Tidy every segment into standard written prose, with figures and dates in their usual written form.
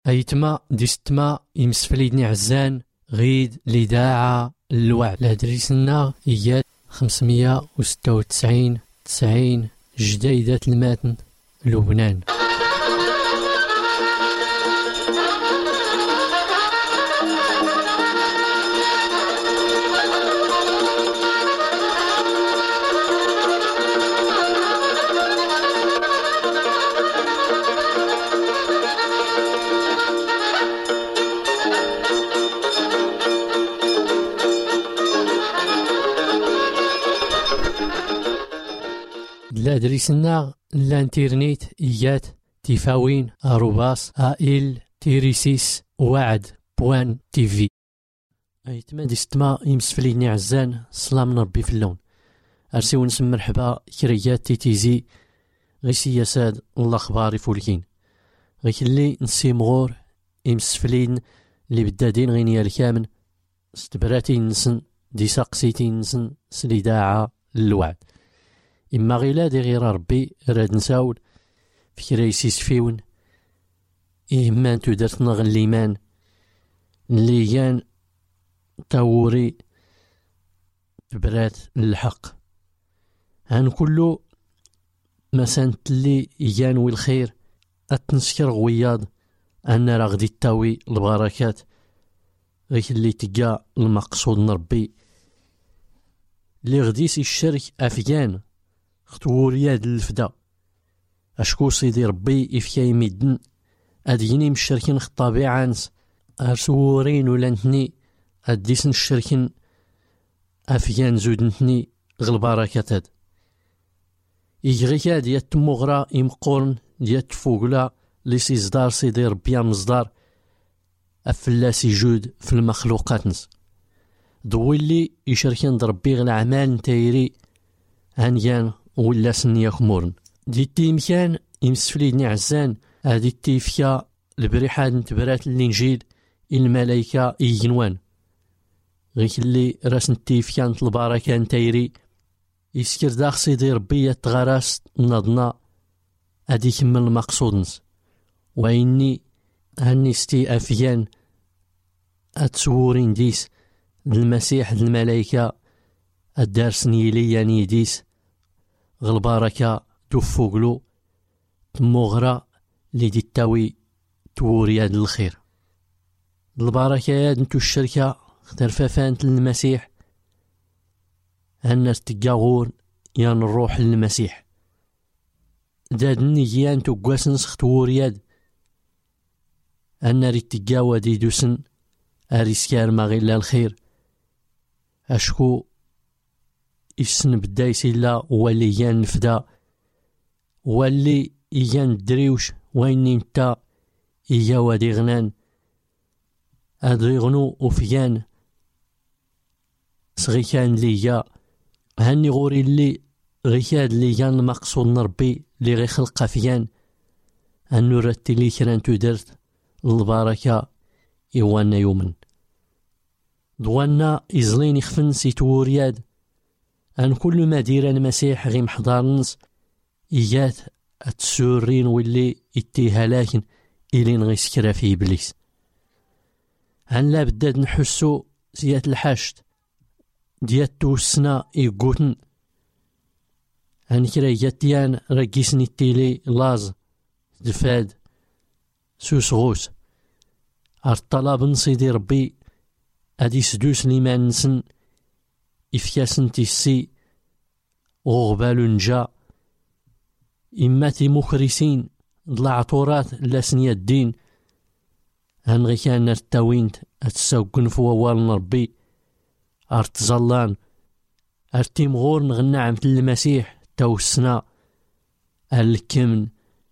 أيتما ديستما يمسفليدني عزان غيد الإذاعة الوعد لهدريسنا إيات 596 90 جديدة الماتن لبنان. لادريسنا الانترنت إيات تيفاوين أروباس آئل تيريسيس وعد بوان تيفي. أيتما ديستما يمسفليني عزان سلام ربي في اللون أرسيو نسم مرحبا كريات تيتيزي غي سياساد الأخبار فولكين غي اللي نسيمغور يمسفلين اللي بدادين غينيا الكامن استبراتي نسن دي ساقسيتي نسن سليداعة الوعد إما غيلا دي غير ربي راد نساول في كريسيس فيون إما انتو درتنا غليمان اللي يان تاوري برات الحق هان كله مسانت اللي يان والخير أتنسكر غوياض أنا راه غدي تاوي البركات غير اللي تجا المقصود نربي اللي غديس الشرك أفيان ختورياد الفدا أشكو سيدي ربي إفكا يميدن أديني مشاركين خطابيعانس أرسورين ولانتني أديسن الشركين أفيان زودنتني غالبركات إيغيكا ديال تمغرا إمقورن ديال تفوقلا ليسي صدار سيدي ربي مصدار أفلاسي جود في المخلوقات نس دويلي يشاركين دربي غالعمال نتايري هانيان ولا سنيا خمورن دي تيمكان يمسفليدني عزان هادي التيفكا البريحات نتبرات الانجيل الملايكة يجنوان غيك اللي راس التيفكا نتلباركا نتايري يسكر داخ سيدي ربي يتغراس نضنا هادي كمل المقصود نس وإني هاني ستي أفيان أتسورين ديس المسيح الملايكة الدارسني لي يعني ديس غالبركة توفوقلو تمغرا اللي دي تاوي تورياد الخير البركة ياد نتو الشركة اخترفافانت للمسيح هالناس تقاغور يان الروح للمسيح دادني يان توقاسن سختورياد أنا ريت تقاوى دي دوسن أريسكار ما غيلا الخير أشكو إسن بدايس إلا واللي يان نفدا واللي يان دريوش وين نتا إيا ودي غنان أدريغنو وفيان صغيكان ليا هاني غوري اللي غيكاد لي يان المقصود نربي لي غي خلق فيان أنو رتلي كران تدرت البركة إوانا يومن دوانا إزلين يخفن سيتورياد أن كل ما دير المسيح غي محضارنس إيات أتسورين واللي إتيها لكن إلين غي سكرا في إبليس هن لا بداد نحسو سيات الحاشت ديات توسنا إيقوتن هن كرا ياتيان رقيسني التيلي لاز دفاد سوس غوس أرطلاب نصيدي ربي أدي سدوس ليمان نسن إفكاسن تيسي وغبال نجا إماتي مخرسين ضلع طورات لاسنيا الدين هنغي كان نرتاوينت أتساوقن فووال نربي أرتزلان أرتيم غور نغنى عمت المسيح توسنا الكمن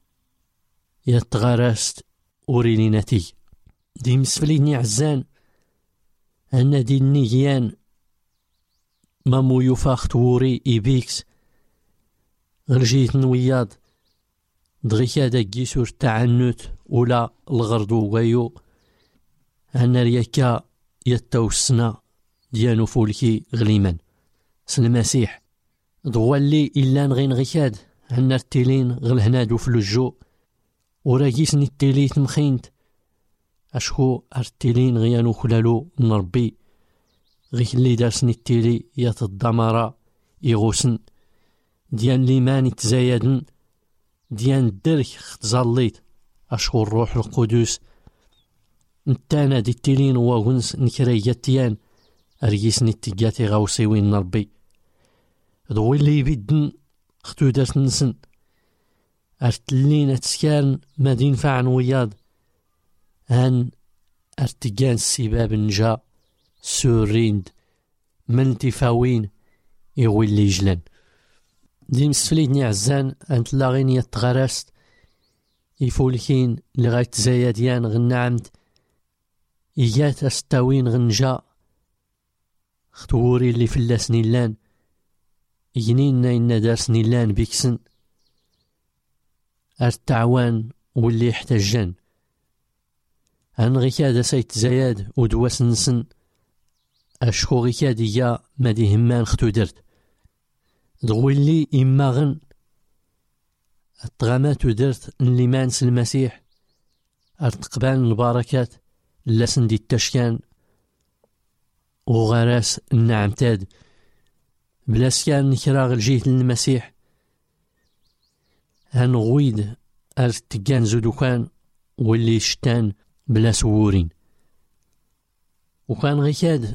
يتغرست أوريليناتي دي مسفليني عزان أنا دي النيجيان مامو يفاخ توري إيبيكس غرجيت نوياض دغيكا داكي سور تعنت ولا الغردو غيو أنا رياكا يتوسنا ديانو فولكي غليمان سلمسيح ضوالي إلا نغين غيكاد هنا التيلين غلهنادو فلوجو وراكيسني التيليت مخينت أشكو أرتيلين غيانو كلالو نربي غيك اللي دارسني التيلي يات الدمارة يغوسن ديان ليمان تزايدن ديان الدرك ختزاليت أشكو الروح القدس نتانا دي التيلين واغنس نكرياتيان أريسني التقاتي غاوسيوين نربي ضوي اللي بدن ختو دارت نسن أرتلين أتسكارن مدين فعن وياض هان أرتقان السباب نجا سوريند من تفاوين يغوي جلان دي مسفليدني عزان أنت لاغين يتغرست يفولكين لغاية زايديان غنعمد إيات أستاوين غنجا ختوري اللي فلاس نيلان ينينا إنا دارس نيلان بيكسن التعوان واللي يحتاجان هنغي كادا سيت زياد ودواس نسن أشكو غي كاديا مادي همان ختو درت دغوي اللي إماغن الطغامات درت اللي مانس المسيح ارتقبان البركات لسن دي التشكان وغراس النعم تاد بلاس كان نكراغ الجيت للمسيح هنغويد ارتقان زودوكان واللي شتان بلا سورين وكان غيكاد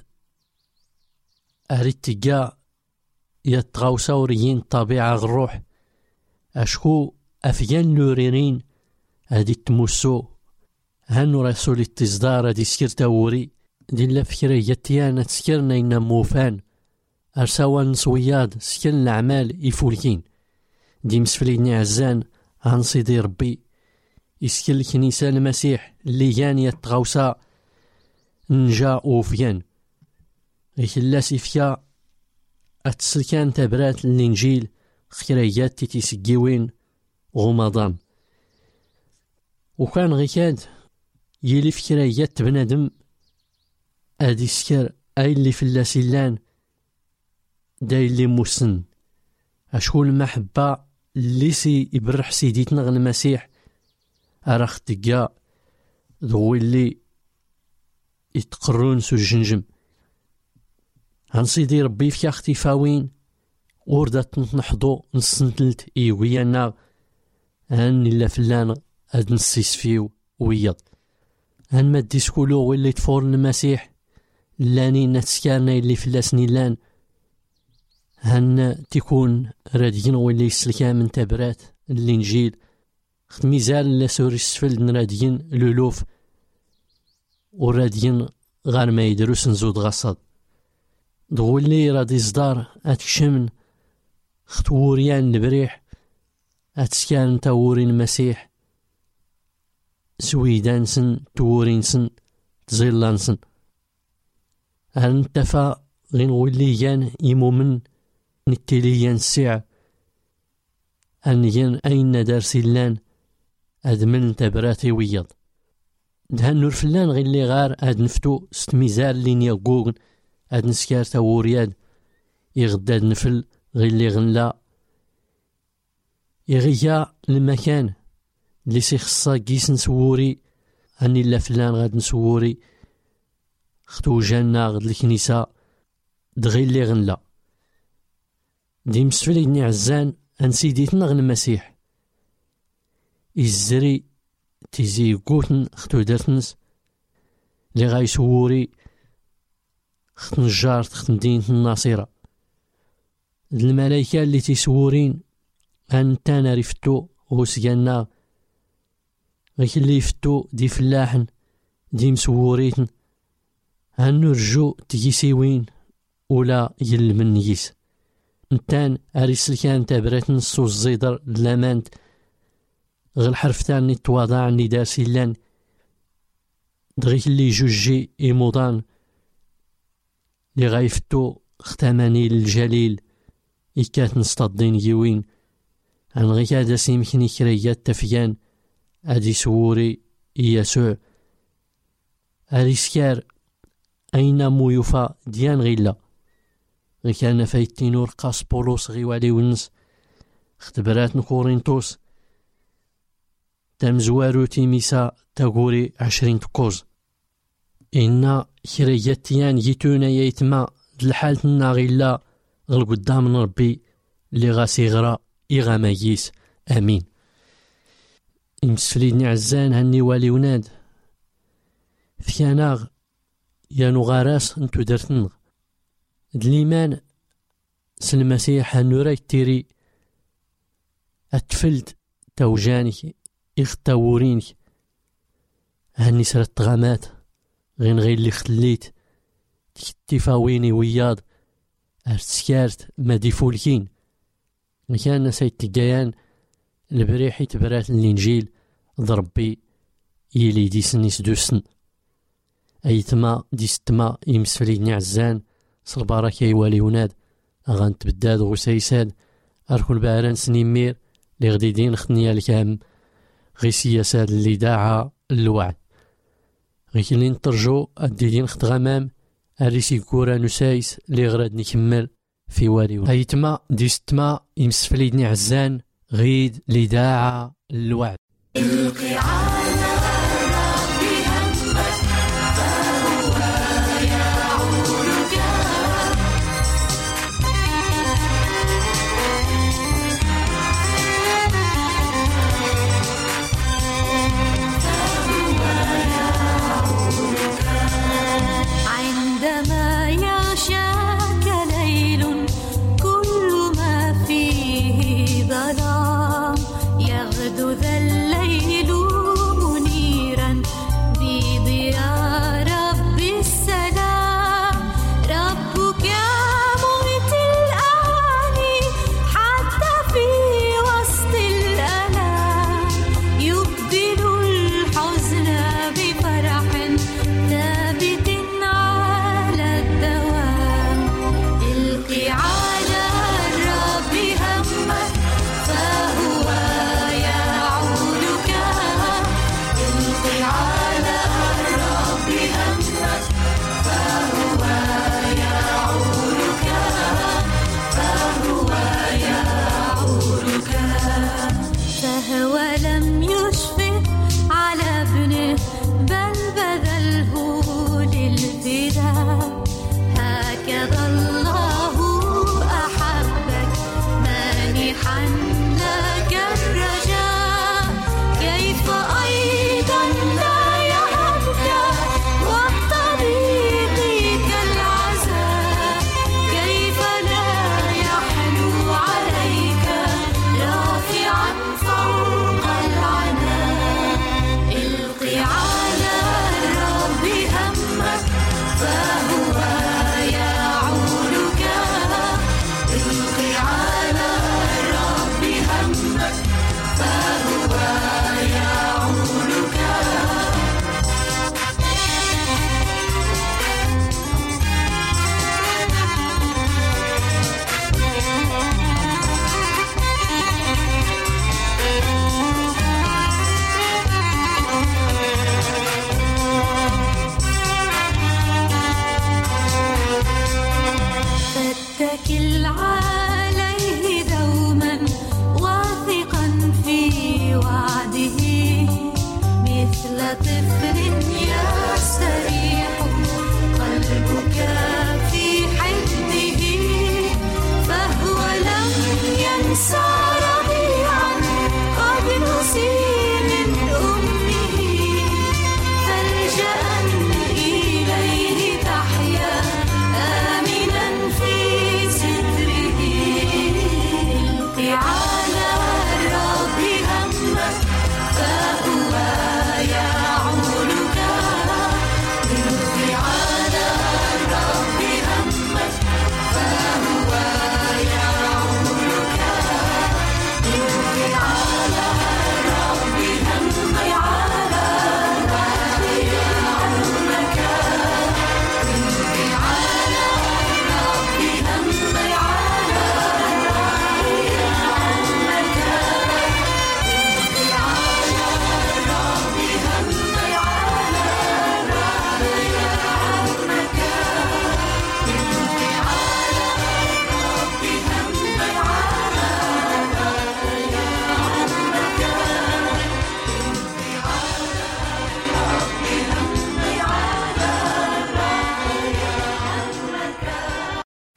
ارتقا يتغاو سوريين طبيعة الروح أشكو أفيان لوريرين هادي التموسو هانو رسول التصدار هادي سكر تاوري دي الفكرة يتيانا تسكرنا إنا موفان أرساوان صوياد سكر الأعمال يفولكين دي مسفليني عزان عن صيدي ربي يسكر الكنيسة المسيح اللي جان يتغاوسا نجا أوفيان غيكلاس إفكا أتسلكان تبرات الإنجيل خيريات تيسقيوين غمضان وكان غيكاد يلي فكريات بنادم ادي سكر اي اللي في اللاسلان داي اللي موسن اشكو المحبة اللي سي يبرح سيديتنا غن المسيح اراخ تقا ذو اللي يتقرون سو الجنجم هن سيدي ربي في اختفاوين وردات نحضو نسنتلت ويانا هن إلا فلان هاد نسيس فيو ويض هن ما ديسكولو واللي تفورن المسيح لاني نتسكارنا اللي فلاسني لان هن تكون راديين واللي يسلكا من تبرات الانجيل ميزال لا سوري السفل راديين لولوف وراديين غير ما يدروس نزود غصد دغولي رادي صدار اتكشمن ختوريان البريح اتسكان تاورين المسيح سويدانسن تورينسن تزيلانسن هنتفا غين وليان يمومن نتيليان الساع هنيان اين دارسيلان ادمن تبراتي ويض دهان نور فلان غين لي غار اد نفتو ستميزال لين يقوغن اد نسكار تاورياد يغداد نفل غين لي غنلا يغيا المكان اللي سيخصا كيس نسوري هني لا فلان غاد نسوري ختو جانا غد الكنيسة دغي اللي غنلا دي مسفليني عزان انسيديتنا غن المسيح الزري تيزي قوتن ختو دارتنس اللي غايسوري ختن جارت ختن دينة الناصرة الملايكة اللي تيسورين هانتانا ريفتو وسجانا غيك اللي يفتو دي فلاحن دي مسوريتن هنرجو تيسيوين ولا يلمن يس نتان اريسل كان تابراتن الصوص زيدر لامانت غير حرفتان نتواضع نداسي لان دغيك اللي جوجي إيموضان اللي غايفتو ختاماني للجليل إكات نستضين يوين عن غيك هذا سيمكني كريات تفيان أدي سوري يسوع أريسكار أين مويوفا ديان غيلا غي كان فايتينور قاس بولوس غيوالي ونس اختبرات نكورينتوس تمزوارو تيميسا تقولي 20 تكوز إن كرياتيان جيتونا يتما الحالتنا غيلا غل قدام ربي اللي غاسي غرا إغا مايس آمين. إمسفليدني عزان هني والي وناد فياناغ يانو غاراس انتو درتنغ دليمان سلمسيح هنوراي تيري أتفلت توجانك إختاورينك هني سرت غامات غير اللي خليت تفاويني وياض أرتسكارت ما ديفولكين كان سيد الجيان البريحي تبرات الإنجيل ضربي يلي ديسني سدوسن أيتما ديستما يمسفليدني عزان صلبارك يوالي وناد أغانت بداد غسيساد أركل باران سنيمير لغديدين خدنيا الكام غي سياسات اللي داعا الوعد غيكلي نترجو الديدين خد غمام أريسي كورا نسايس اللي غراد نكمل في والي أيتما ديستما يمسفليدني عزان غيد اللي داعا الوعد يغدو ذا الليل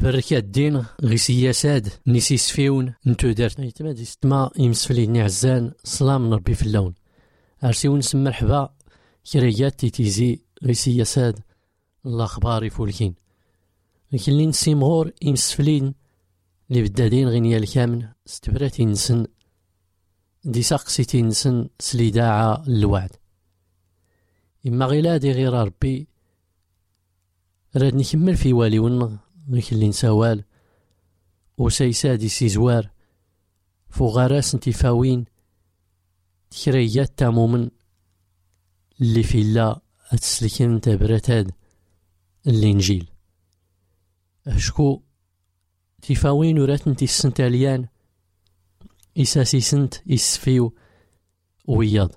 بركة الدين غي سياساد نيسي سفيون نتو دارت ايتما دي ستما يمسفلي عزان صلام ربي في اللون ارسيون نسمى مرحبا كريات تيتيزي غي سياساد الاخبار يفولكين لكن لين سيمغور يمسفلين اللي بدادين غينيا الكامن ستبراتي نسن دي ساقسيتي نسن سليداعة الوعد إما غيلادي غير ربي راد نكمل في والي ونغ غيكلي نسوال وسيسادي سيزوار فوغاراس نتيفاوين تكريات تامومن اللي في الله أتسلكن تبرتاد الإنجيل أشكو تيفاوين ورات نتي السنتاليان إساسي سنت إسفيو وياض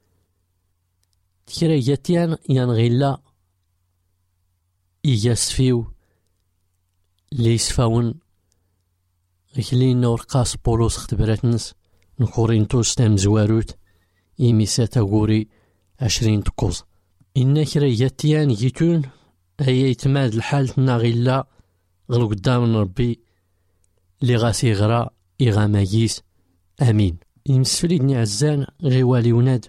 تكرياتيان ينغيلا إياسفيو ليسفاون غيكلين نورقاس بولوس اختبراتنس نكورينتوس تام زواروت إيميساتا غوري 20 تقوز إنا كرياتيان جيتون هيا يتماد الحال ناغيلا غلو قدام ربي لي غاسي غرا إغاماجيس آمين يمسفلي دني عزان غيوالي وناد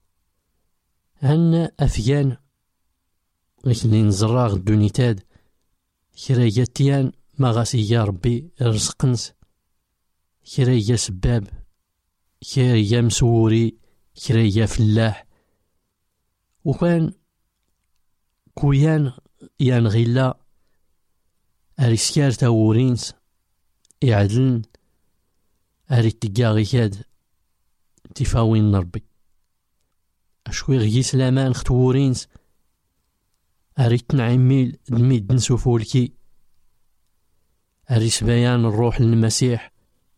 هن أفيان غيكلي نزراغ الدونيتاد كراياتيان ما غاسي يا ربي رزقنس كرايا سباب كرايا مسوري كرايا فلاح وكان كويان يان غيلا أريسكار تاورينس يعدلن أريد تقاغي كاد تفاوين ربي أشكوي غي سلامان ختورينس أريد تنعميل دميد نسوفولكي أريس بيان الروح للمسيح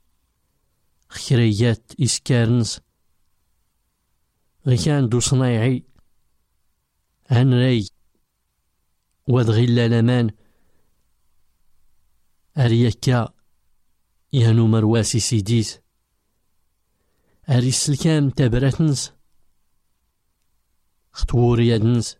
خيريات إسكارنس غي كان دو صنايعي عن ري وذغي لمان أريكا يهنو مرواسي سيديس أريس الكام تبرتنس خطور يدنس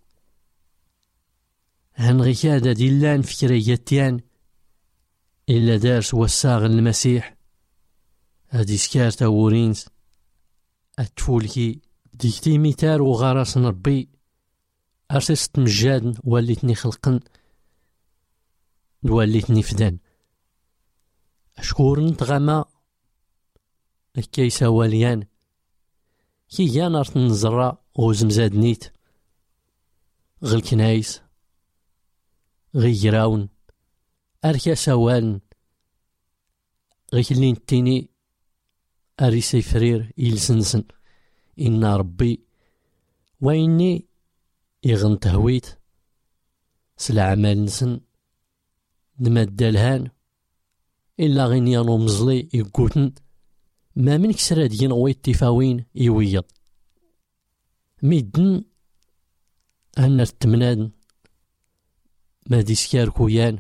هنغي كادا ديلان فكرياتيان إلا دارس وساغ المسيح هادي سكار تاورينس أتفولكي ديكتي ميتار وغراس ربي أرسست مجادن واليتني خلقن واليتني فدان أشكور نتغما كيسا واليان كي يانارت نزرا وزمزاد نيت غل كنايس غيراون أركا سوالن غيكلين تيني أريسي فرير إلسنسن إن ربي وإني يغن تهويت سلعمال نسن نمدالهان إلا غين يانو مزلي يقوتن ما من كسرى دين غويت تفاوين يويض ميدن هنر التمناد ما ديسكار كويان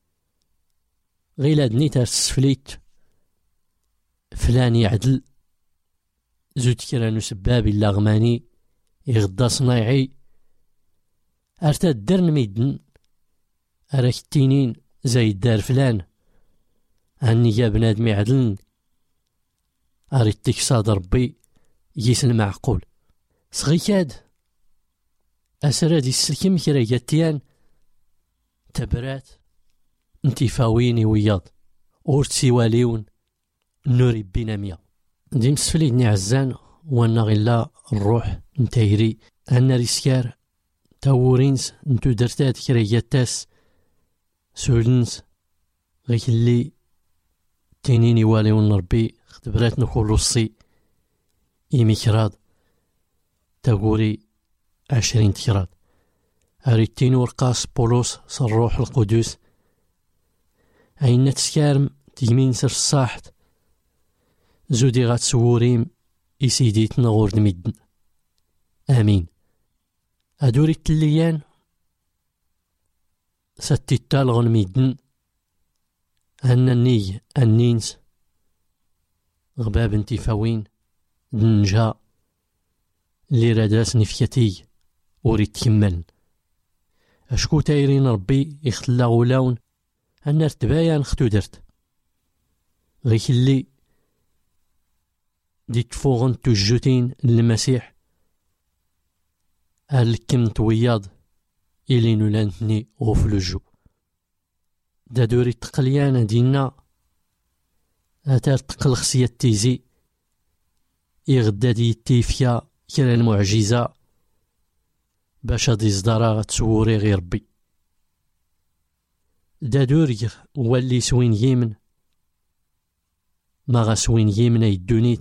غيلاد نيتار السفليت فلان يعدل زود كرانو سباب إلا غماني يغدا صنايعي أرتاد درن ميدن أراك التينين زي الدار فلان هني يا بنادم يعدلن أريد تكساد ربي يس المعقول صغيكاد أسراد السلكم كراياتيان تبرات انتي فاويني وياض أورتسي واليون نوري بيناميا ديم سفليدني عزان وانا غلا الروح نتايري أنا ريسكار تاورينس نتو درتات كراياتاس سولنس غيك اللي تينيني واليون ربي اختبرات نخلصي إيمي كراد تاقوري 20 كراد أريتين ورقاس بولوس صروح القدوس أين تسكارم تيمين سر الصاحت زودي غات سوريم إسيديت نغور دميدن آمين أدوري التليان ستي التالغن ميدن هنني النينس غباب انتفاوين دنجا اللي راداس نفيتي وريد تكمل أشكو تايرين ربي يخلى غلاون أنا رتبايا نختو درت غير اللي دي تفوغن توجوتين للمسيح الكم توياض إلي نولانتني غفلوجو دا دوري تقليانا دينا أتار تقل خصية تيزي يغدا دي التيفيا كرا المعجزة باش هادي زدارا تسوري غير ربي دا دوري واللي سوين يمن ما غاسوين يمن يدونيت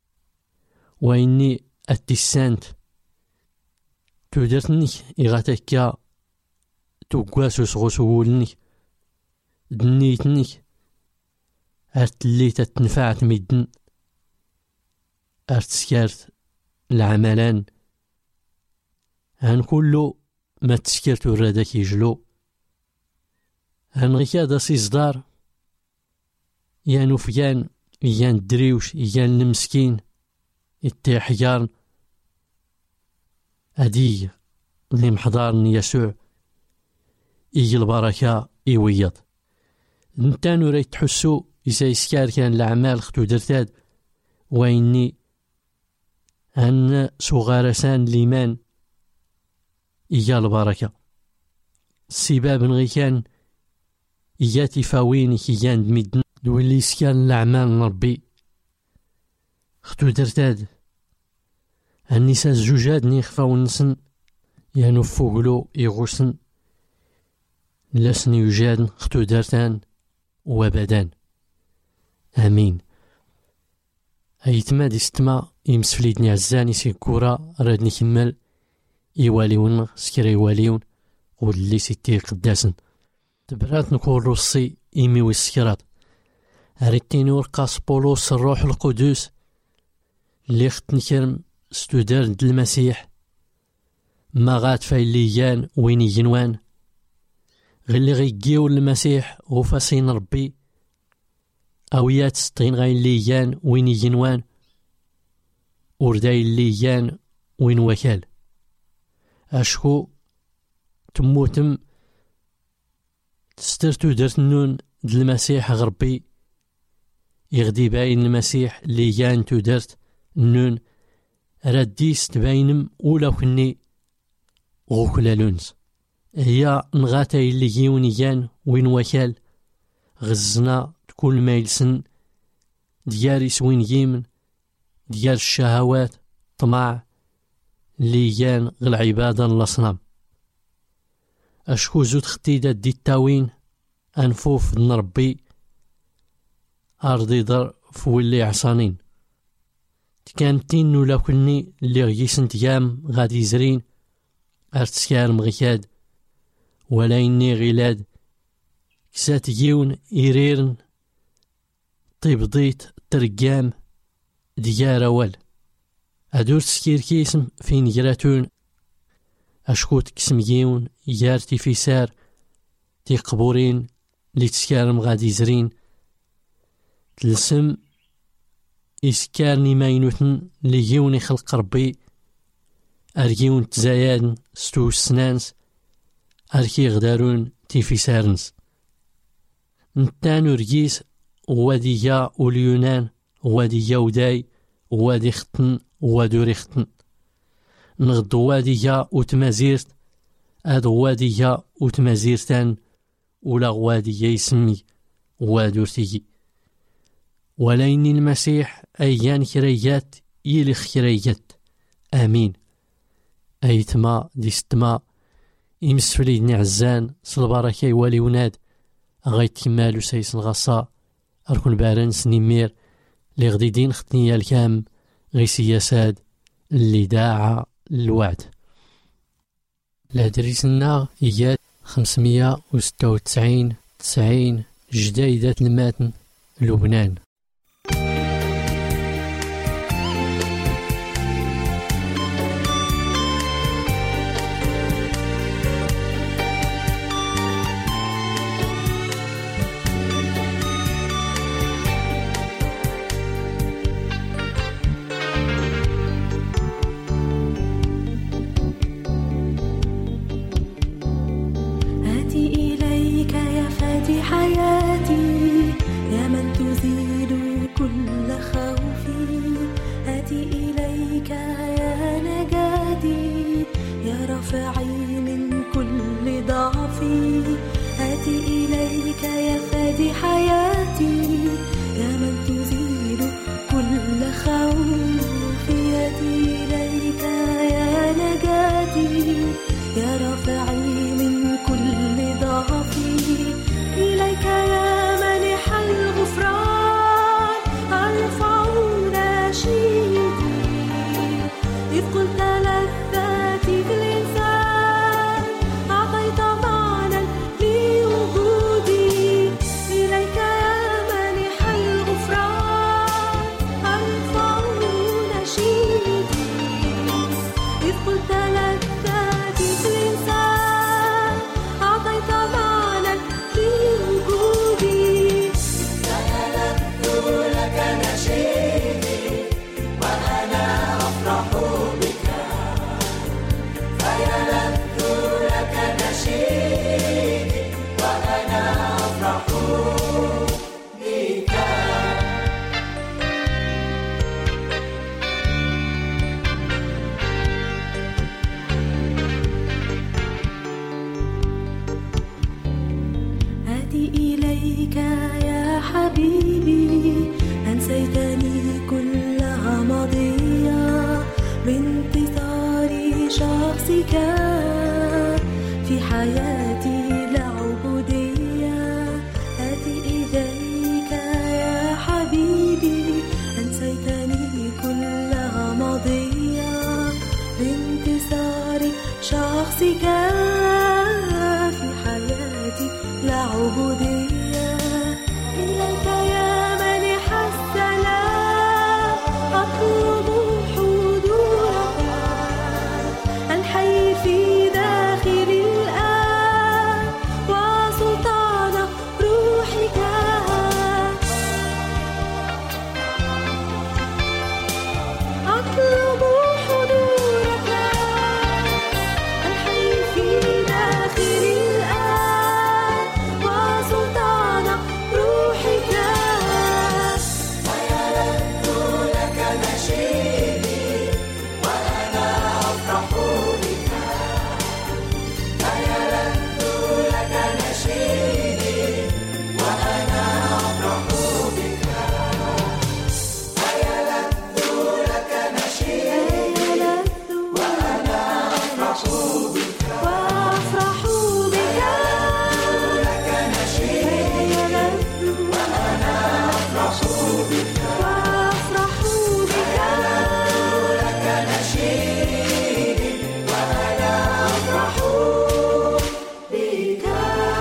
وإني أتسانت تودرتني إغاتكا توقاسو سغسولني دنيتني أرتليت تنفعت ميدن أرتسكرت العملان هن كله ما تسكرت ورادك يجلو هن غيكادا سيصدار يانو فيان يان الدريوش يان المسكين التحيارن أدي اللي محضارن يسوع يجي البركة يويض نتانو راي تحسو إذا يسكار كان الأعمال ختو درتاد وإني أن صغارسان ليمان إيا البركة السباب غي كان إيا تفاوين كيان دميدن دولي سكان الأعمال ربي ختو درتاد النساء الزوجاد نيخفاو نسن يانو فوقلو يغوسن لسن يوجاد ختو درتان وابدان امين. ايتما دي ستما يمسفليدني عزاني سيكورا راد نكمل يواليون سكرا يواليون واللي سيتي قداسن تبرات نكون روسي ايمي والسكرات ريتيني ورقاس بولوس الروح القدس اللي خت نكرم ستودار د المسيح ما غات فايليان وين يجنوان غير اللي غيجيو المسيح وفاسين ربي اويات ستين غاين ليان وين يجنوان ورداي ليان وين وكال اشكو تموتم تسترتو درت النون د المسيح غربي يغدي باين المسيح ليان تودرت النون رديس تباينم ولا كني غوكلالونز هي نغاتاي اللي جيونيان وين وكال غزنا كل ما يلسن ديال سوين يمن ديال الشهوات طمع ليان غالعبادة للأصنام أشكو زود ختيدة دي التاوين أنفوف نربي أرضي در فولي عصانين تكانتين ولا كلني اللي غيسن تيام غادي زرين أرتسكار مغيكاد ولا إني غيلاد كسات جيون إيريرن طيبضيت ترقام ديار أول أدور تسكير كيسم فين جراتون أشكوت كسم جيون يارتي في سار تي قبورين لي تسكارم غادي زرين تلسم إسكارني ماينوتن لي جيوني خلق ربي أرجيون تزايادن ستو السنانس أركي غدارون تي في سارنس نتانو رجيس وادي يا واليونان وادي يوداي وادي ختن وادوري ختن نغدو وادي يا وتمازيرت هاد وادي يا وتمازيرتان ولا وادي يسمي وادورتي ولين المسيح أيان كريات يلي خريات آمين. أيتما دي ستما يمسفلي نعزان صلباركا يوالي وناد غايت كمالو سيس الغصا أركن باران سنيمير لي غدي دين ختنيا الكام غي سياساد اللي داعا الوعد الهدريسنا إياد 596 90 جدايدات الماتن لبنان. آتي إليك يا فادي حياتي رافعي من كل ضعفي، آتي إليك يا فادي حياتي، يا من تزيل كل خوفي، آتي إليك يا نجاتي، يا رافعي من كل ضعفي، إليك يا مانح الغفران أرفع نشيدي، إذ قلت لذاتي في الإنسان أعطيت معنى لوجودي، إليك يا مانح الغفران أرفع نشيدي، إذ قلت لذاتي في الإنسان أعطيت معنى لوجودي، سألت لك نشيدي وأنا أفرح بك، فيلذ لك نشيدي وأنا أفرح بك. آتي إليك يا حبيبي، أنسيتني كلها ماضية بانتصار شخصك في حياتي العبودية، آتي إليك يا حبيبي، أنسيتني كلها ماضية بانتصار شخصك في حياتي العبودية، إليك يا مانح السلام أطلب حضورك الحي في داخلي الآن وسلطان روحك، أطلب حضورك الحي في داخلي الآن وسلطان روحك، فيلذ لك نشيدي وأنا أفرح بك، فيلذ لك نشيدي وأنا أفرح بك، فيلذ لك نشيدي وأنا أفرح بك، وأفرح بك لك نشيدي وأنا أفرح بك، وأفرح بك لك نشيدي وأنا أفرح بك.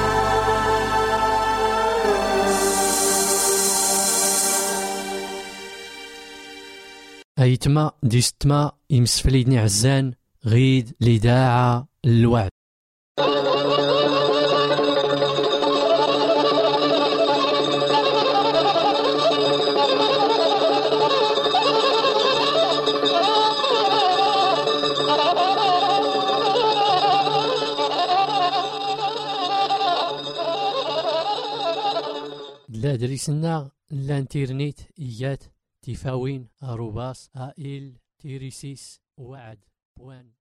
أيتما ديستما يمسفليدني عزان غيد لداعة الوعد. لا دريسنا الانترنت إيات تفاوين أروباس آئل تيريسيس وعد بوان